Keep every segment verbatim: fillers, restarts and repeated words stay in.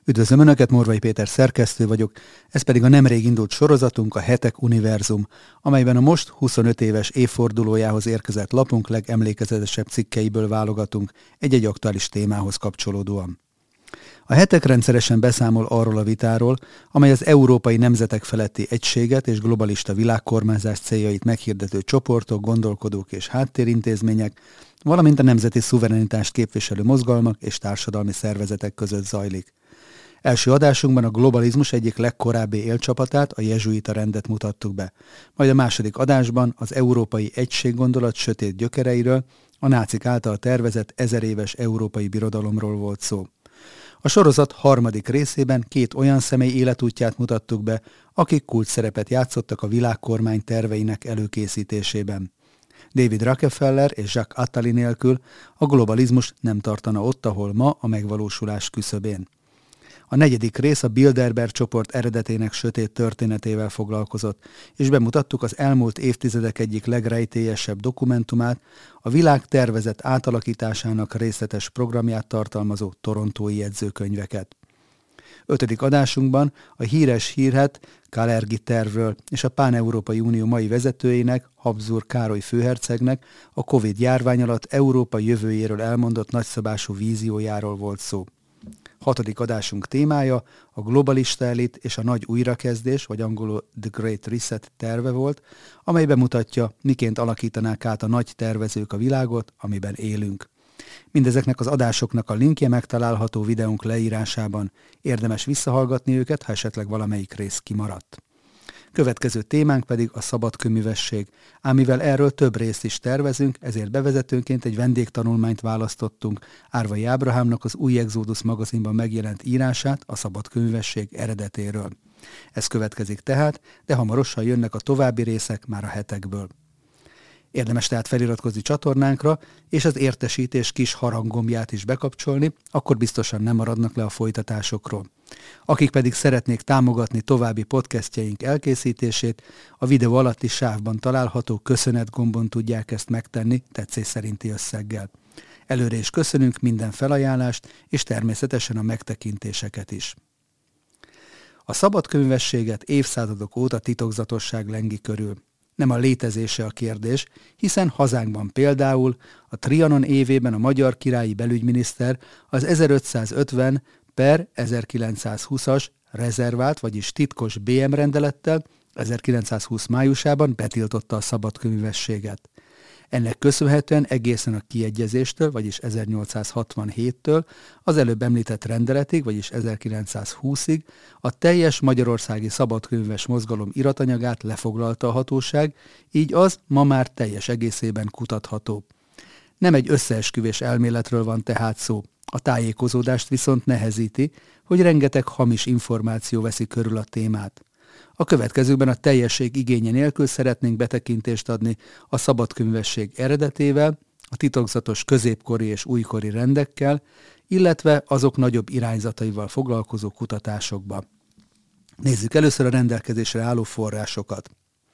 Üdvözlöm Önöket, Morvai Péter szerkesztő vagyok, ez pedig a nemrég indult sorozatunk, a Hetek Univerzum, amelyben a most huszonöt éves évfordulójához érkezett lapunk legemlékezetesebb cikkeiből válogatunk egy-egy aktuális témához kapcsolódóan. A Hetek rendszeresen beszámol arról a vitáról, amely az európai nemzetek feletti egységet és globalista világkormányzás céljait meghirdető csoportok, gondolkodók és háttérintézmények, valamint a nemzeti szuverenitást képviselő mozgalmak és társadalmi szervezetek között zajlik. Első adásunkban a globalizmus egyik legkorábbi élcsapatát, a jezsuita rendet mutattuk be. Majd a második adásban az európai egységgondolat sötét gyökereiről, a nácik által tervezett ezeréves európai birodalomról volt szó. A sorozat harmadik részében két olyan személy életútját mutattuk be, akik kulcsszerepet játszottak a világkormány terveinek előkészítésében. David Rockefeller és Jacques Attali nélkül a globalizmus nem tartana ott, ahol ma, a megvalósulás küszöbén. A negyedik rész a Bilderberg csoport eredetének sötét történetével foglalkozott, és bemutattuk az elmúlt évtizedek egyik legrejtélyesebb dokumentumát, a világ tervezett átalakításának részletes programját tartalmazó torontói jegyzőkönyveket. Ötödik adásunkban a híres hírhedt Kalergi tervről és a Pán-Európai Unió mai vezetőjének, Habsburg Károly főhercegnek a Covid járvány alatt Európa jövőjéről elmondott nagyszabású víziójáról volt szó. Hatodik adásunk témája a globalista elit és a nagy újrakezdés, vagy angolul The Great Reset terve volt, amely bemutatja, miként alakítanák át a nagy tervezők a világot, amiben élünk. Mindezeknek az adásoknak a linkje megtalálható videónk leírásában. Érdemes visszahallgatni őket, ha esetleg valamelyik rész kimaradt. Következő témánk pedig a szabadkőművesség, ám mivel erről több részt is tervezünk, ezért bevezetőnként egy vendégtanulmányt választottunk, Árvai Ábrahámnak az Új Exodus magazinban megjelent írását a szabadkőművesség eredetéről. Ez következik tehát, de hamarosan jönnek a további részek már a hetekből. Érdemes tehát feliratkozni csatornánkra, és az értesítés kis haranggombját is bekapcsolni, akkor biztosan nem maradnak le a folytatásokról. Akik pedig szeretnék támogatni további podcastjaink elkészítését, a videó alatti sávban található köszönet gombon tudják ezt megtenni tetszés szerinti összeggel. Előre is köszönünk minden felajánlást, és természetesen a megtekintéseket is. A szabadkőművességet évszázadok óta titokzatosság lengi körül. Nem a létezése a kérdés, hiszen hazánkban például a Trianon évében a magyar királyi belügyminiszter az ezerötszázötven per ezerkilencszázhúszas rezervált, vagyis titkos bé em rendelettel ezerkilencszázhúsz májusában betiltotta a szabadkőművességet. Ennek köszönhetően egészen a kiegyezéstől, vagyis ezernyolcszázhatvanhéttől az előbb említett rendeletig, vagyis ezerkilencszázhúszig a teljes magyarországi szabadkőműves mozgalom iratanyagát lefoglalta a hatóság, így az ma már teljes egészében kutatható. Nem egy összeesküvés elméletről van tehát szó. A tájékozódást viszont nehezíti, hogy rengeteg hamis információ veszi körül a témát. A következőkben a teljesség igénye nélkül szeretnénk betekintést adni a szabadkőművesség eredetével, a titokzatos középkori és újkori rendekkel, illetve azok nagyobb irányzataival foglalkozó kutatásokba. Nézzük először a rendelkezésre álló forrásokat.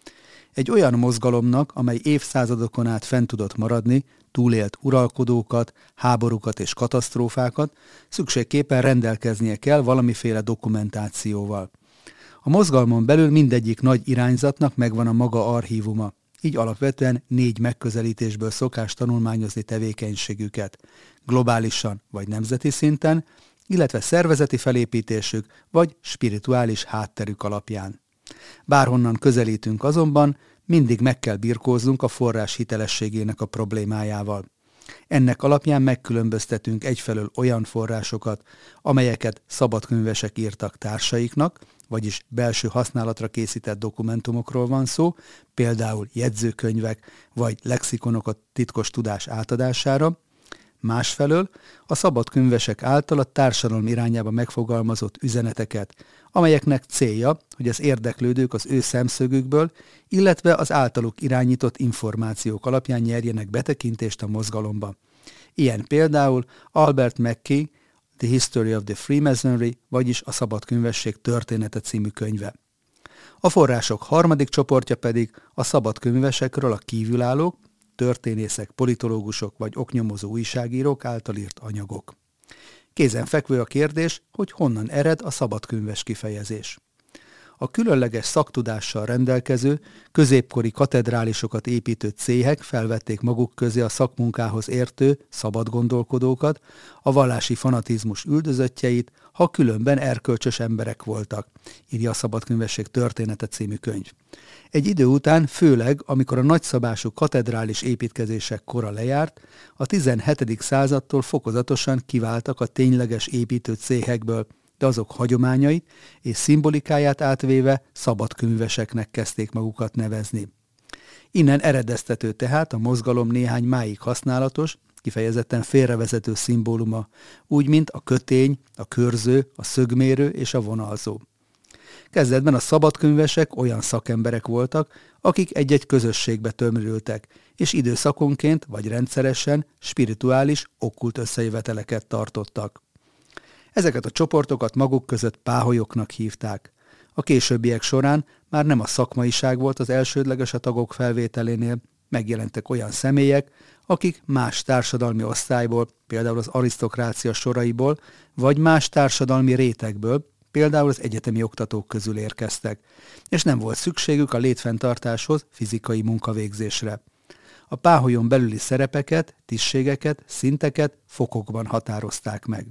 Egy olyan mozgalomnak, amely évszázadokon át fent tudott maradni, túlélt uralkodókat, háborúkat és katasztrófákat, szükségképpen rendelkeznie kell valamiféle dokumentációval. A mozgalmon belül mindegyik nagy irányzatnak megvan a maga archívuma, így alapvetően négy megközelítésből szokás tanulmányozni tevékenységüket, globálisan vagy nemzeti szinten, illetve szervezeti felépítésük vagy spirituális hátterük alapján. Bárhonnan közelítünk azonban, mindig meg kell birkóznunk a forrás hitelességének a problémájával. Ennek alapján megkülönböztetünk egyfelől olyan forrásokat, amelyeket szabadkőművesek írtak társaiknak, vagyis belső használatra készített dokumentumokról van szó, például jegyzőkönyvek vagy lexikonok a titkos tudás átadására, másfelől a szabadkőművesek által a társadalom irányába megfogalmazott üzeneteket, amelyeknek célja, hogy az érdeklődők az ő szemszögükből, illetve az általuk irányított információk alapján nyerjenek betekintést a mozgalomba. Ilyen például Albert McKay The History of the Freemasonry, vagyis a Szabadkőművesség története című könyve. A források harmadik csoportja pedig a szabadkőművesekről a kívülállók, történészek, politológusok vagy oknyomozó újságírók által írt anyagok. Kézenfekvő a kérdés, hogy honnan ered a szabadkönyves kifejezés. A különleges szaktudással rendelkező, középkori katedrálisokat építő céhek felvették maguk közé a szakmunkához értő, szabad gondolkodókat, a vallási fanatizmus üldözöttjeit, ha különben erkölcsös emberek voltak, írja a Szabadkönyvesség története című könyv. Egy idő után, főleg amikor a nagyszabású katedrális építkezések kora lejárt, a tizenhetedik századtól fokozatosan kiváltak a tényleges építő céhekből, de azok hagyományait és szimbolikáját átvéve szabadkönyveseknek kezdték magukat nevezni. Innen eredeztető tehát a mozgalom néhány máig használatos, kifejezetten félrevezető szimbóluma, úgy mint a kötény, a körző, a szögmérő és a vonalzó. Kezdetben a szabadkönyvesek olyan szakemberek voltak, akik egy-egy közösségbe tömörültek, és időszakonként vagy rendszeresen spirituális, okkult összejöveteleket tartottak. Ezeket a csoportokat maguk között páholyoknak hívták. A későbbiek során már nem a szakmaiság volt az elsődleges a tagok felvételénél, megjelentek olyan személyek, akik más társadalmi osztályból, például az arisztokrácia soraiból, vagy más társadalmi rétegből, például az egyetemi oktatók közül érkeztek, és nem volt szükségük a létfenntartáshoz, fizikai munkavégzésre. A páholyon belüli szerepeket, tisztségeket, szinteket fokokban határozták meg.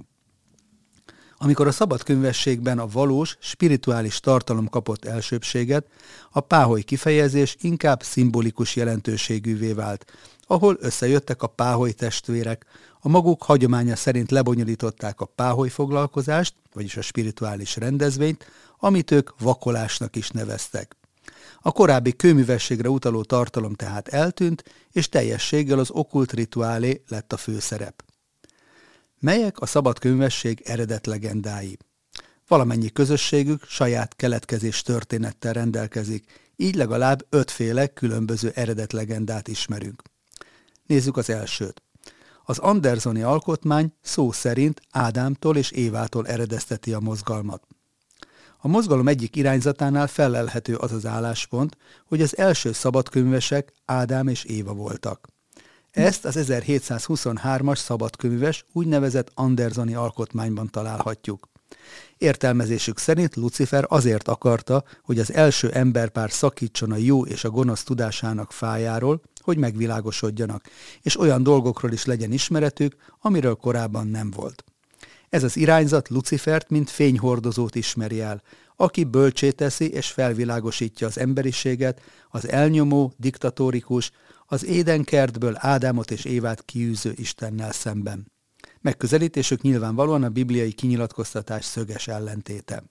Amikor a szabadkönyvességben a valós, spirituális tartalom kapott elsőbbséget, a páholy kifejezés inkább szimbolikus jelentőségűvé vált, ahol összejöttek a páholy testvérek, a maguk hagyománya szerint lebonyolították a páholy foglalkozást, vagyis a spirituális rendezvényt, amit ők vakolásnak is neveztek. A korábbi kőművességre utaló tartalom tehát eltűnt, és teljességgel az okkult rituálé lett a főszerep. Melyek a szabadkönyvesség eredet legendái? Valamennyi közösségük saját keletkezés történettel rendelkezik, így legalább ötféle különböző eredet legendát ismerünk. Nézzük az elsőt. Az andersoni alkotmány szó szerint Ádámtól és Évától eredezteti a mozgalmat. A mozgalom egyik irányzatánál fellelhető az az álláspont, hogy az első szabadkönyvesek Ádám és Éva voltak. Ezt az ezerhétszázhuszonhármas szabadkönyves úgynevezett andersoni alkotmányban találhatjuk. Értelmezésük szerint Lucifer azért akarta, hogy az első emberpár szakítson a jó és a gonosz tudásának fájáról, hogy megvilágosodjanak, és olyan dolgokról is legyen ismeretük, amiről korábban nem volt. Ez az irányzat Lucifert, mint fényhordozót ismeri el, aki bölcsé teszi és felvilágosítja az emberiséget, az elnyomó, diktatórikus, az édenkertből Ádámot és Évát kiűző Istennel szemben. Megközelítésük nyilvánvalóan a bibliai kinyilatkoztatás szöges ellentéte.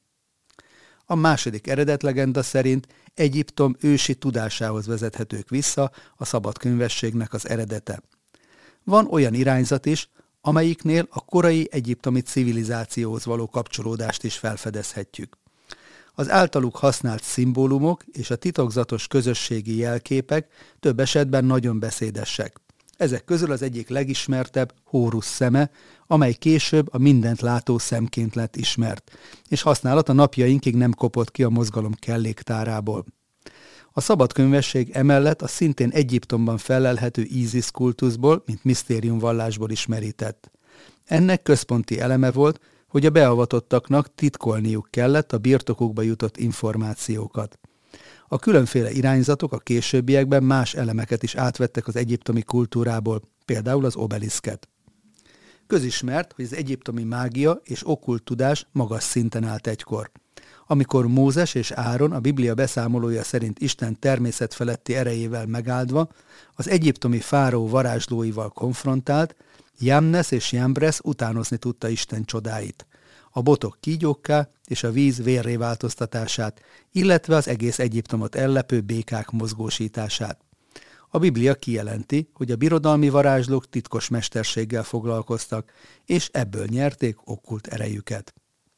A második eredetlegenda szerint Egyiptom ősi tudásához vezethetők vissza a szabadkönyvességnek az eredete. Van olyan irányzat is, amelyiknél a korai egyiptomi civilizációhoz való kapcsolódást is felfedezhetjük. Az általuk használt szimbólumok és a titokzatos közösségi jelképek több esetben nagyon beszédesek. Ezek közül az egyik legismertebb Hórusz szeme, amely később a mindent látó szemként lett ismert, és használata napjainkig nem kopott ki a mozgalom kelléktárából. A szabadkönyvesség emellett a szintén Egyiptomban fellelhető Ízisz kultuszból, mint misztériumvallásból is merített. Ennek központi eleme volt, hogy a beavatottaknak titkolniuk kellett a birtokukba jutott információkat. A különféle irányzatok a későbbiekben más elemeket is átvettek az egyiptomi kultúrából, például az obeliszket. Közismert, hogy az egyiptomi mágia és okkult tudás magas szinten állt egykor. Amikor Mózes és Áron a Biblia beszámolója szerint Isten természetfeletti erejével megáldva az egyiptomi fáraó varázslóival konfrontált, Jamnes és Jambres utánozni tudta Isten csodáit, a botok kígyókká és a víz vérré változtatását, illetve az egész Egyiptomot ellepő békák mozgósítását. A Biblia kijelenti, hogy a birodalmi varázslók titkos mesterséggel foglalkoztak, és ebből nyerték okkult erejüket.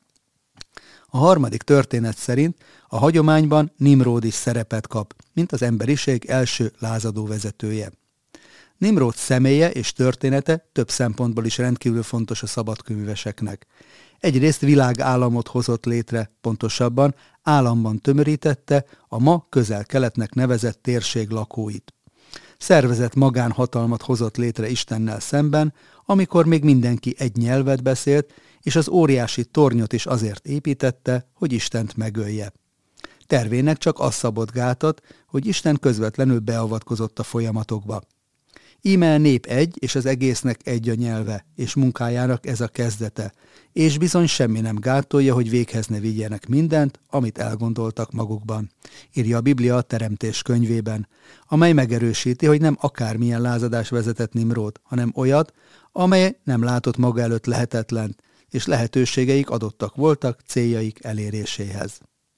A harmadik történet szerint a hagyományban Nimród is szerepet kap, mint az emberiség első lázadó vezetője. Nimród személye és története több szempontból is rendkívül fontos a szabadkönyveseknek. Egyrészt világállamot hozott létre, pontosabban államban tömörítette a ma Közel-Keletnek nevezett térség lakóit. Szervezett magánhatalmat hozott létre Istennel szemben, amikor még mindenki egy nyelvet beszélt, és az óriási tornyot is azért építette, hogy Istent megölje. Tervének csak az szabott gátat, hogy Isten közvetlenül beavatkozott a folyamatokba. Íme a nép egy, és az egésznek egy a nyelve, és munkájának ez a kezdete, és bizony semmi nem gátolja, hogy véghez ne vigyenek mindent, amit elgondoltak magukban, írja a Biblia a Teremtés könyvében, amely megerősíti, hogy nem akármilyen lázadás vezetett Nimród, hanem olyat, amely nem látott maga előtt lehetetlen, és lehetőségeik adottak voltak céljaik eléréséhez.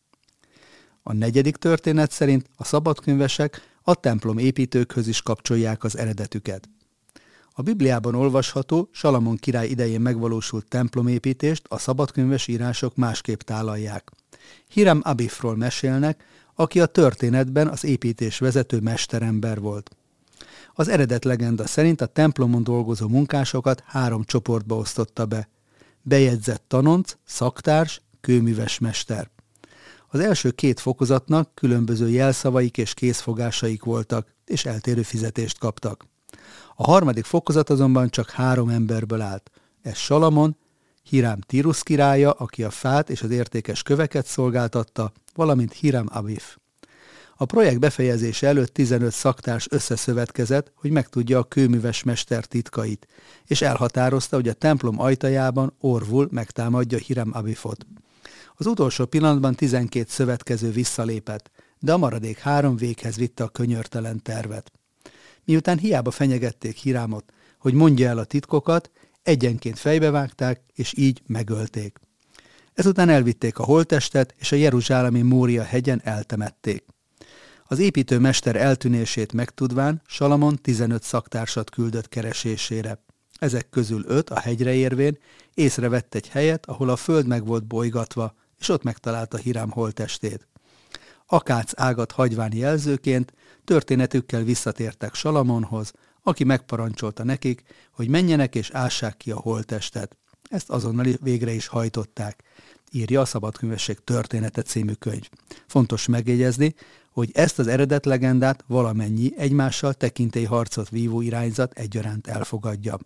A negyedik történet szerint a szabadkönyvesek a templom építőkhöz is kapcsolják az eredetüket. A Bibliában olvasható, Salamon király idején megvalósult templomépítést a szabadkönyves írások másképp tálalják. Hiram Abifról mesélnek, aki a történetben az építés vezető mesterember volt. Az eredet legenda szerint a templomon dolgozó munkásokat három csoportba osztotta be. Bejegyzett tanonc, szaktárs, kőműves mester. Az első két fokozatnak különböző jelszavaik és készfogásaik voltak, és eltérő fizetést kaptak. A harmadik fokozat azonban csak három emberből állt. Ez Salamon, Hiram Tírusz királya, aki a fát és az értékes köveket szolgáltatta, valamint Hiram Abif. A projekt befejezése előtt tizenöt szaktárs összeszövetkezett, hogy megtudja a kőműves mester titkait, és elhatározta, hogy a templom ajtajában orvul megtámadja Hiram Abifot. Az utolsó pillanatban tizenkét szövetkező visszalépett, de a maradék három véghez vitte a könyörtelen tervet. Miután hiába fenyegették Hirámot, hogy mondja el a titkokat, egyenként fejbevágták, és így megölték. Ezután elvitték a holttestet, és a jeruzsálemi Mória hegyen eltemették. Az építőmester eltűnését megtudván Salamon tizenöt szaktársat küldött keresésére. Ezek közül öt a hegyre érvén észrevett egy helyet, ahol a föld meg volt bolygatva, és ott megtalálta Hiram holttestét. Akác ágat hagyván jelzőként történetükkel visszatértek Salamonhoz, aki megparancsolta nekik, hogy menjenek és ássák ki a holttestet. Ezt azonnal végre is hajtották, írja a Szabadkönyvesség története című könyv. Fontos megjegyezni, hogy ezt az eredet legendát valamennyi egymással tekintélyharcot vívó irányzat egyaránt elfogadja.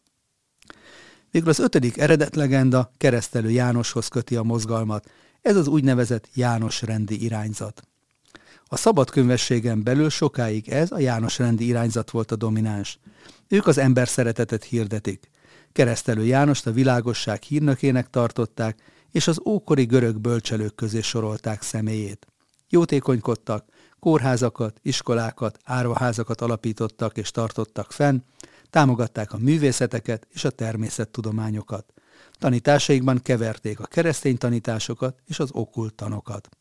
Végül az ötödik eredet legenda Keresztelő Jánoshoz köti a mozgalmat, ez az úgynevezett János rendi irányzat. A szabadkönyvességen belül sokáig ez a János rendi irányzat volt a domináns. Ők az ember szeretetet hirdetik. Keresztelő Jánost a világosság hírnökének tartották, és az ókori görög bölcselők közé sorolták személyét. Jótékonykodtak, kórházakat, iskolákat, árvaházakat alapítottak és tartottak fenn, támogatták a művészeteket és a természettudományokat. Tanításaikban keverték a keresztény tanításokat és az okkult tanokat.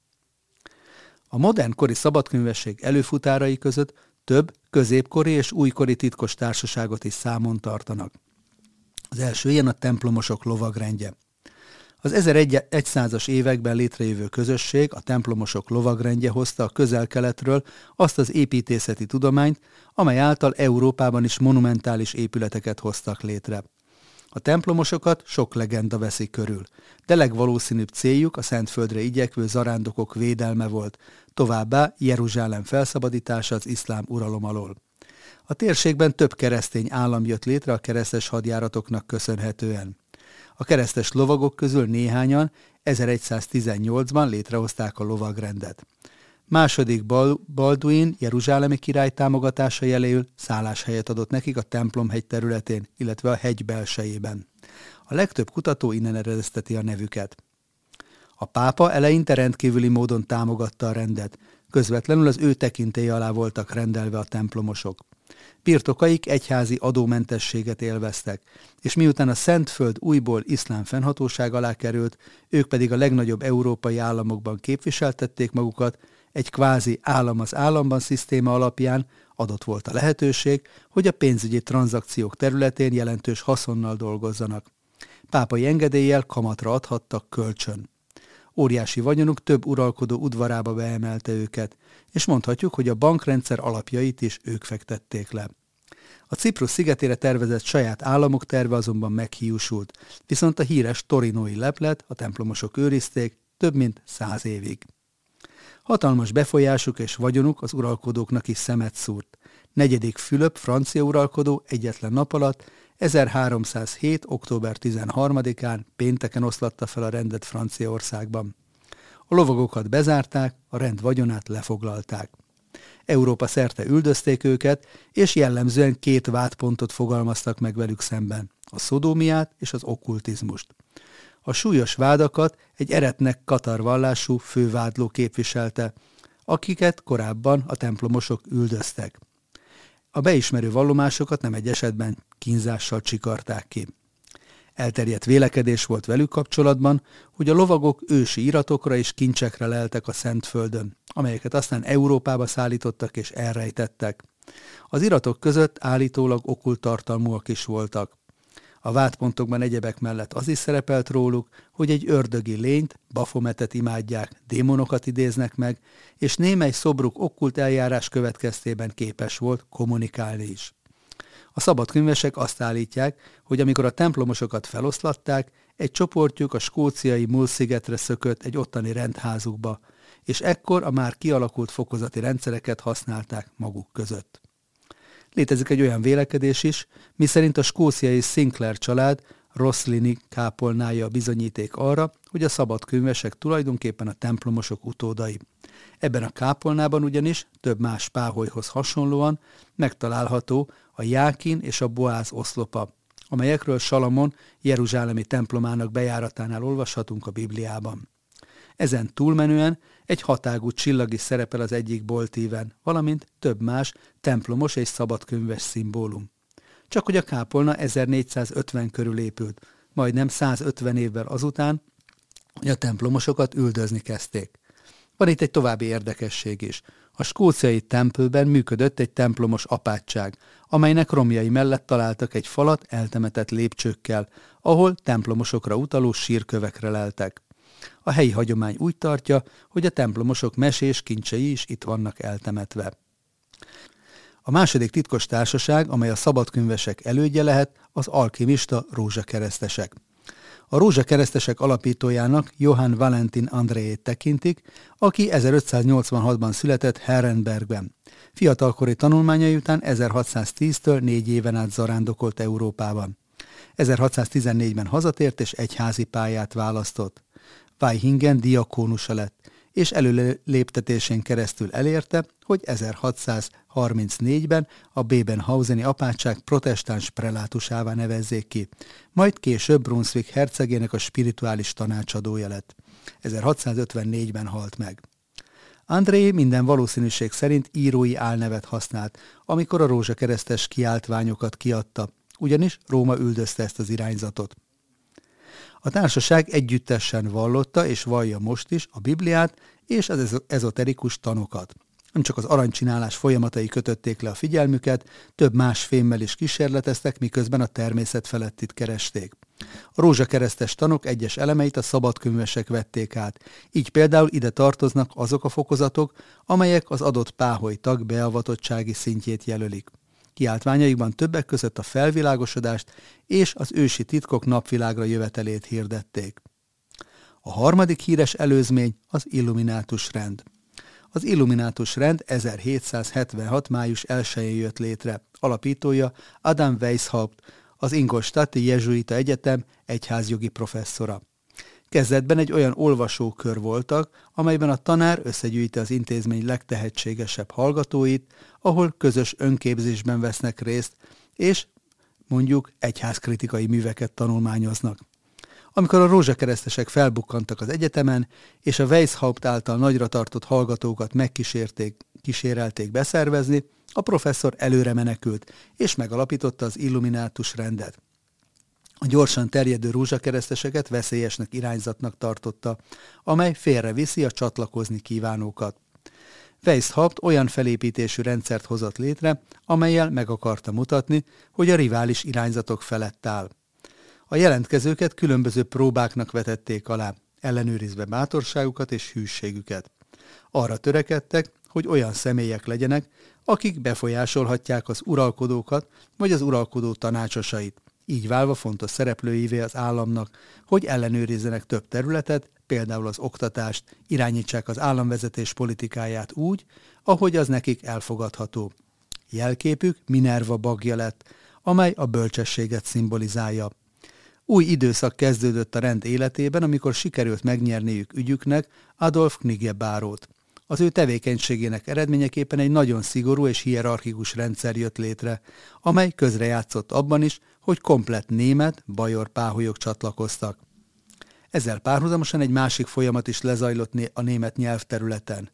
A modern kori szabadkönyvesség előfutárai között több középkori és újkori titkos társaságot is számon tartanak. Az első ilyen a templomosok lovagrendje. Az ezerszázas években létrejövő közösség, a templomosok lovagrendje hozta a közel-keletről azt az építészeti tudományt, amely által Európában is monumentális épületeket hoztak létre. A templomosokat sok legenda veszi körül, de legvalószínűbb céljuk a Szentföldre igyekvő zarándokok védelme volt, továbbá Jeruzsálem felszabadítása az iszlám uralom alól. A térségben több keresztény állam jött létre a keresztes hadjáratoknak köszönhetően. A keresztes lovagok közül néhányan ezerszáztizennyolcban létrehozták a lovagrendet. Második Balduin jeruzsálemi király támogatása jeléül szálláshelyet adott nekik a templomhegy területén, illetve a hegy belsejében. A legtöbb kutató innen eredezteti a nevüket. A pápa eleinte rendkívüli módon támogatta a rendet, közvetlenül az ő tekintélye alá voltak rendelve a templomosok. Birtokaik egyházi adómentességet élveztek, és miután a Szentföld újból iszlám fennhatóság alá került, ők pedig a legnagyobb európai államokban képviseltették magukat, egy kvázi állam az államban szisztéma alapján adott volt a lehetőség, hogy a pénzügyi tranzakciók területén jelentős haszonnal dolgozzanak. Pápai engedéllyel kamatra adhattak kölcsön. Óriási vagyonuk több uralkodó udvarába beemelte őket, és mondhatjuk, hogy a bankrendszer alapjait is ők fektették le. A Ciprus szigetére tervezett saját államok terve azonban meghiúsult, viszont a híres torinói leplet a templomosok őrizték több mint száz évig. Hatalmas befolyásuk és vagyonuk az uralkodóknak is szemet szúrt. Negyedik Fülöp francia uralkodó egyetlen nap alatt ezerháromszázhét. október tizenharmadikán pénteken oszlatta fel a rendet Franciaországban. A lovagokat bezárták, a rend vagyonát lefoglalták. Európa szerte üldözték őket, és jellemzően két vádpontot fogalmaztak meg velük szemben, a szodómiát és az okkultizmust. A súlyos vádakat egy eretnek katar vallású fővádló képviselte, akiket korábban a templomosok üldöztek. A beismerő vallomásokat nem egy esetben kínzással csikarták ki. Elterjedt vélekedés volt velük kapcsolatban, hogy a lovagok ősi iratokra és kincsekre leltek a Szentföldön, amelyeket aztán Európába szállítottak és elrejtettek. Az iratok között állítólag okkult tartalmúak is voltak. A vádpontokban egyebek mellett az is szerepelt róluk, hogy egy ördögi lényt, Bafometet imádják, démonokat idéznek meg, és némely szobruk okkult eljárás következtében képes volt kommunikálni is. A szabadkönyvesek azt állítják, hogy amikor a templomosokat feloszlatták, egy csoportjuk a skóciai Mull-szigetre szökött egy ottani rendházukba, és ekkor a már kialakult fokozati rendszereket használták maguk között. Létezik egy olyan vélekedés is, miszerint a skóciai Sinclair család Rosslini kápolnája a bizonyíték arra, hogy a szabadkönyvesek tulajdonképpen a templomosok utódai. Ebben a kápolnában ugyanis több más páholyhoz hasonlóan megtalálható a Jákin és a Boáz oszlopa, amelyekről Salamon jeruzsálemi templomának bejáratánál olvashatunk a Bibliában. Ezen túlmenően egy hatágú csillag is szerepel az egyik boltíven, valamint több más templomos és szabadkönyves szimbólum. Csak hogy a kápolna ezernégyszázötven körül épült, majdnem százötven évvel azután, hogy a templomosokat üldözni kezdték. Van itt egy további érdekesség is. A skóciai Templeben működött egy templomos apátság, amelynek romjai mellett találtak egy falat eltemetett lépcsőkkel, ahol templomosokra utaló sírkövekre leltek. A helyi hagyomány úgy tartja, hogy a templomosok mesés kincsei is itt vannak eltemetve. A második titkos társaság, amely a szabadkönyvesek elődje lehet, az alkimista rózsakeresztesek. A rózsakeresztesek alapítójának Johann Valentin Andréjét tekintik, aki ezerötszáznyolcvanhatban született Herrenbergben. Fiatalkori tanulmányai után ezerhatszáztíztől négy éven át zarándokolt Európában. ezerhatszáztizennégyben hazatért és egyházi pályát választott. Vaihingen diakónusa lett, és előléptetésén keresztül elérte, hogy ezerhatszázharmincnégyben a Bebenhauseni apátság protestáns prelátusává nevezzék ki, majd később Brunswick hercegének a spirituális tanácsadója lett. ezerhatszázötvennégyben halt meg. André minden valószínűség szerint írói álnevet használt, amikor a rózsakeresztes kiáltványokat kiadta, ugyanis Róma üldözte ezt az irányzatot. A társaság együttesen vallotta és vallja most is a Bibliát és az ezoterikus tanokat. Nem csak az aranycsinálás folyamatai kötötték le a figyelmüket, több más fémmel is kísérleteztek, miközben a természet felettit keresték. A rózsakeresztes tanok egyes elemeit a szabadkönyvesek vették át, így például ide tartoznak azok a fokozatok, amelyek az adott páholy tag beavatottsági szintjét jelölik. Kiáltványaikban többek között a felvilágosodást és az ősi titkok napvilágra jövetelét hirdették. A harmadik híres előzmény az illuminátus rend. Az illuminátus rend ezerhétszázhetvenhat. május elsején jött létre, alapítója Adam Weishaupt, az Ingolstadti Jezsuita Egyetem egyházjogi professzora. Kezdetben egy olyan olvasókör voltak, amelyben a tanár összegyűjti az intézmény legtehetségesebb hallgatóit, ahol közös önképzésben vesznek részt, és mondjuk egyházkritikai műveket tanulmányoznak. Amikor a rózsakeresztesek felbukkantak az egyetemen, és a Weishaupt által nagyra tartott hallgatókat megkísérték, kísérelték beszervezni, a professzor előre menekült, és megalapította az illuminátus rendet. A gyorsan terjedő rózsakereszteseket veszélyesnek irányzatnak tartotta, amely félreviszi a csatlakozni kívánókat. Weishaupt olyan felépítésű rendszert hozott létre, amellyel meg akarta mutatni, hogy a rivális irányzatok felett áll. A jelentkezőket különböző próbáknak vetették alá, ellenőrizve bátorságukat és hűségüket. Arra törekedtek, hogy olyan személyek legyenek, akik befolyásolhatják az uralkodókat vagy az uralkodó tanácsosait, így válva fontos szereplőivé az államnak, hogy ellenőrizzenek több területet, például az oktatást, irányítsák az államvezetés politikáját úgy, ahogy az nekik elfogadható. Jelképük Minerva bagja lett, amely a bölcsességet szimbolizálja. Új időszak kezdődött a rend életében, amikor sikerült megnyerniük ügyüknek Adolf Knigge-Bárót. Az ő tevékenységének eredményeképpen egy nagyon szigorú és hierarchikus rendszer jött létre, amely közrejátszott abban is, hogy komplett német, bajor páholyok csatlakoztak. Ezzel párhuzamosan egy másik folyamat is lezajlott a német nyelvterületen.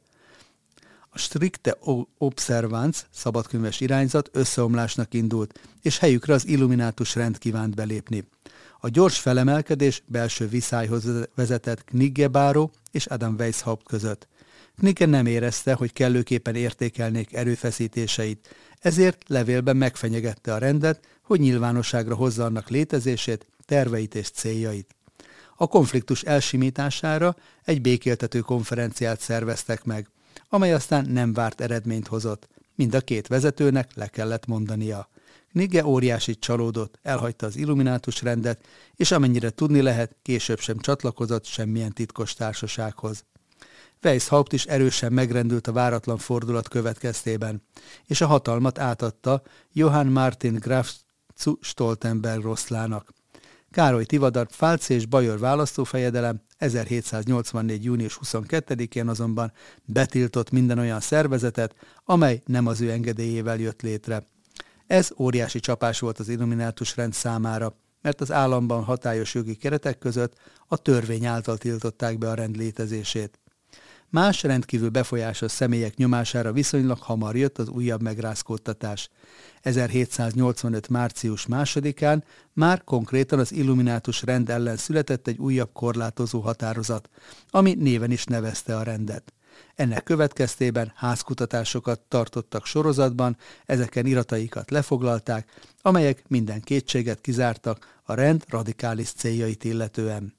A stricte observans szabadkönyves irányzat összeomlásnak indult, és helyükre az illuminátus rend kívánt belépni. A gyors felemelkedés belső viszályhoz vezetett Knigge-Báró és Adam Weishaupt között. Knigge nem érezte, hogy kellőképpen értékelnék erőfeszítéseit, ezért levélben megfenyegette a rendet, hogy nyilvánosságra hozza annak létezését, terveit és céljait. A konfliktus elsimítására egy békéltető konferenciát szerveztek meg, amely aztán nem várt eredményt hozott. Mind a két vezetőnek le kellett mondania. Knigge óriásit csalódott, elhagyta az illuminátus rendet, és amennyire tudni lehet, később sem csatlakozott semmilyen titkos társasághoz. Weishaupt is erősen megrendült a váratlan fordulat következtében, és a hatalmat átadta Johann Martin Graf zu Stoltenberg-Roszlának. Károly Tivadar Pfalz és bajor választófejedelem ezerhétszáznyolcvannégy. június huszonkettedikén azonban betiltott minden olyan szervezetet, amely nem az ő engedélyével jött létre. Ez óriási csapás volt az illuminátus rend számára, mert az államban hatályos jogi keretek között a törvény által tiltották be a rend létezését. Más rendkívül befolyásos személyek nyomására viszonylag hamar jött az újabb megrázkódtatás. ezerhétszáznyolcvanöt. március másodikán már konkrétan az illuminátus rend ellen született egy újabb korlátozó határozat, ami néven is nevezte a rendet. Ennek következtében házkutatásokat tartottak sorozatban, ezeken irataikat lefoglalták, amelyek minden kétséget kizártak a rend radikális céljait illetően.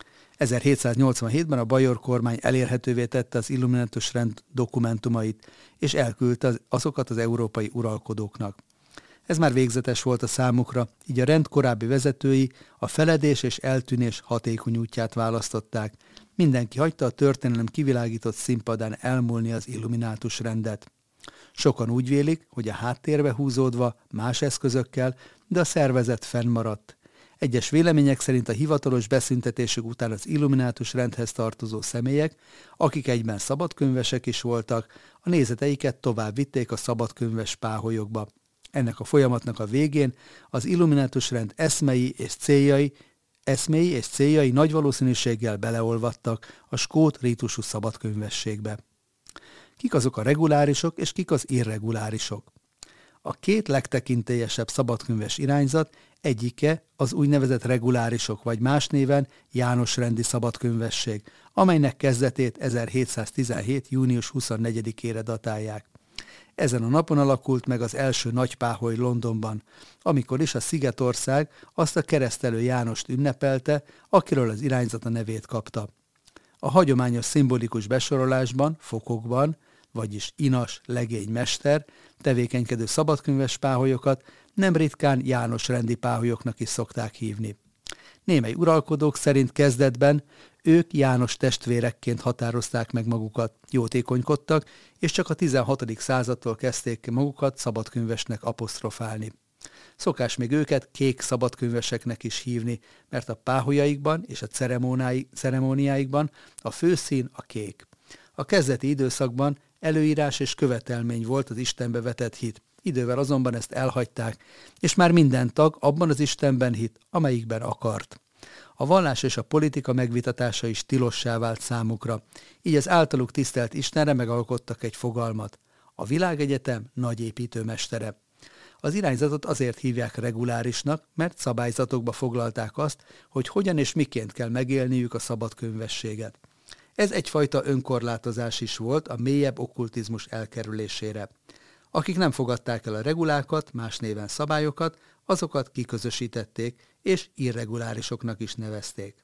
ezerhétszáznyolcvanhétben a bajor kormány elérhetővé tette az illuminátus rend dokumentumait, és elküldte azokat az európai uralkodóknak. Ez már végzetes volt a számukra, így a rend korábbi vezetői a feledés és eltűnés hatékony útját választották. Mindenki hagyta a történelem kivilágított színpadán elmúlni az illuminátus rendet. Sokan úgy vélik, hogy a háttérbe húzódva más eszközökkel, de a szervezet fennmaradt. Egyes vélemények szerint a hivatalos beszüntetésük után az illuminátus rendhez tartozó személyek, akik egyben szabadkönyvesek is voltak, a nézeteiket tovább vitték a szabadkönyves páholyokba. Ennek a folyamatnak a végén az illuminátus rend eszmei és céljai, eszméi és céljai nagy valószínűséggel beleolvadtak a skót rítusú szabadkönyvességbe. Kik azok a regulárisok és kik az irregulárisok? A két legtekintélyesebb szabadkönyves irányzat egyike az úgynevezett regulárisok, vagy más néven János-rendi szabadkönyvesség, amelynek kezdetét ezerhétszáztizenhét. június huszonnegyedikére datálják. Ezen a napon alakult meg az első nagypáholy Londonban, amikor is a Szigetország azt a keresztelő Jánost ünnepelte, akiről az irányzat a nevét kapta. A hagyományos szimbolikus besorolásban, fokokban, vagyis inas, legény, mester, tevékenykedő szabadkönyves páholyokat nem ritkán János-rendi páholyoknak is szokták hívni. Némely uralkodók szerint kezdetben ők János testvérekként határozták meg magukat, jótékonykodtak, és csak a tizenhatodik századtól kezdték magukat szabadkönyvesnek apostrofálni. Szokás még őket kék szabadkönyveseknek is hívni, mert a páholyaikban és a ceremóniáikban a főszín a kék. A kezdeti időszakban előírás és követelmény volt az Istenbe vetett hit. Idővel azonban ezt elhagyták, és már minden tag abban az Istenben hit, amelyikben akart. A vallás és a politika megvitatása is tilossá vált számukra, így az általuk tisztelt Istenre megalkottak egy fogalmat: a világegyetem nagy építőmestere. Az irányzatot azért hívják regulárisnak, mert szabályzatokba foglalták azt, hogy hogyan és miként kell megélniük a szabadkönyvességet. Ez egyfajta önkorlátozás is volt a mélyebb okkultizmus elkerülésére. Akik nem fogadták el a regulákat, más néven szabályokat, azokat kiközösítették, és irregulárisoknak is nevezték.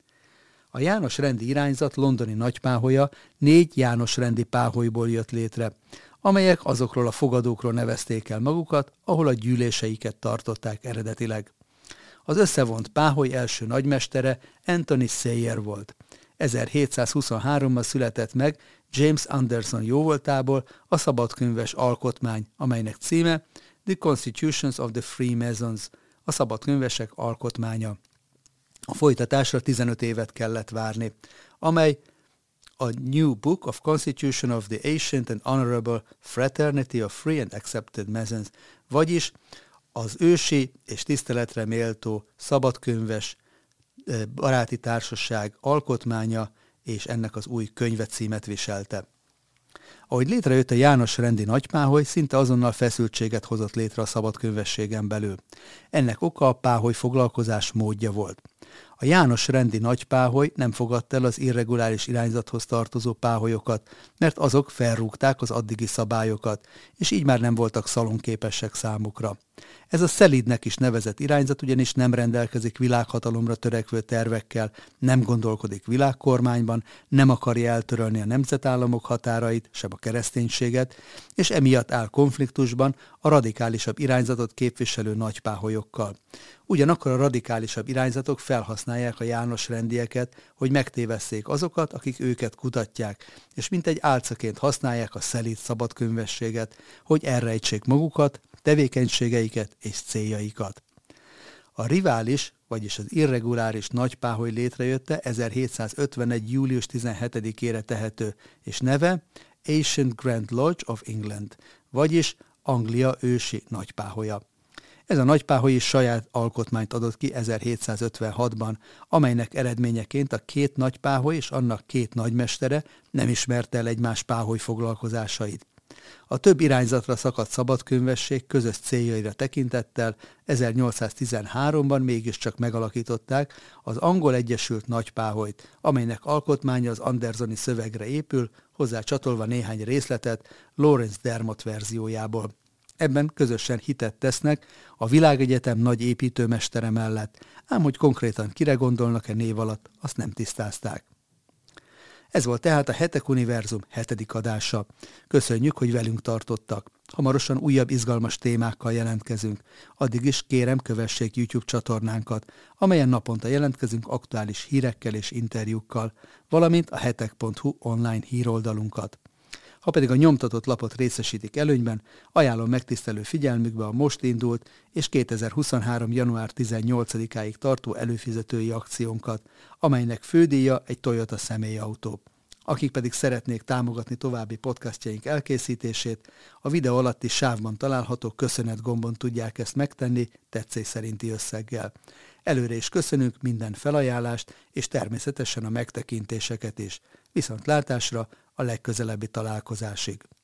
A János-rendi irányzat londoni nagypáholya négy János-rendi páholyból jött létre, amelyek azokról a fogadókról nevezték el magukat, ahol a gyűléseiket tartották eredetileg. Az összevont páholy első nagymestere Anthony Sayer volt. ezerhétszázhuszonháromban született meg James Anderson jóvoltából a szabadkönyves alkotmány, amelynek címe The Constitutions of the Freemasons, a szabadkönyvesek alkotmánya. A folytatásra tizenöt évet kellett várni, amely a New Book of Constitution of the Ancient and Honorable Fraternity of Free and Accepted Masons, vagyis az ősi és tiszteletre méltó szabadkönyves baráti társaság alkotmánya, és ennek az új könyve címet viselte. Ahogy létrejött a János rendi nagypáholy, szinte azonnal feszültséget hozott létre a szabadkönyvességen belül. Ennek oka a páholy foglalkozás módja volt. A János rendi nagypáholy nem fogadta el az irreguláris irányzathoz tartozó páholyokat, mert azok felrúgták az addigi szabályokat, és így már nem voltak szalonképesek számukra. Ez a szelídnek is nevezett irányzat ugyanis nem rendelkezik világhatalomra törekvő tervekkel, nem gondolkodik világkormányban, nem akarja eltörölni a nemzetállamok határait, sem a kereszténységet, és emiatt áll konfliktusban a radikálisabb irányzatot képviselő nagypáholyokkal. Ugyanakkor a radikálisabb irányzatok felhasználják a János rendieket, hogy megtévesszék azokat, akik őket kutatják, és mintegy álcaként használják a szelíd szabadkönyvességet, hogy elrejtsék magukat, tevékenységeiket és céljaikat. A rivális, vagyis az irreguláris nagypáholy létrejötte ezerhétszázötvenegy. július tizenhetedikére tehető, és neve Ancient Grand Lodge of England, vagyis Anglia ősi nagypáholya. Ez a nagypáholy is saját alkotmányt adott ki ezerhétszázötvenhatban, amelynek eredményeként a két nagypáholy és annak két nagymestere nem ismerte el egymás páholy foglalkozásait. A több irányzatra szakadt szabadkönyvesség közös céljaira tekintettel ezernyolcszáztizenháromban mégiscsak megalakították az Angol Egyesült Nagypáholyt, amelynek alkotmánya az Andersoni szövegre épül, hozzá csatolva néhány részletet Lawrence Dermot verziójából. Ebben közösen hitet tesznek a Világegyetem nagy építőmestere mellett, ám hogy konkrétan kire gondolnak-e név alatt, azt nem tisztázták. Ez volt tehát a Hetek Univerzum hetedik adása. Köszönjük, hogy velünk tartottak. Hamarosan újabb izgalmas témákkal jelentkezünk. Addig is kérem, kövessék YouTube csatornánkat, amelyen naponta jelentkezünk aktuális hírekkel és interjúkkal, valamint a hetek pont hu online híroldalunkat. Ha pedig a nyomtatott lapot részesítik előnyben, ajánlom megtisztelő figyelmükbe a most indult és kétezer-huszonhárom. január tizennyolcadikáig tartó előfizetői akciónkat, amelynek fődíja egy Toyota személyautó. Akik pedig szeretnék támogatni további podcastjaink elkészítését, a videó alatti sávban található köszönet gombon tudják ezt megtenni tetszés szerinti összeggel. Előre is köszönünk minden felajánlást, és természetesen a megtekintéseket is. Viszontlátásra a legközelebbi találkozásig.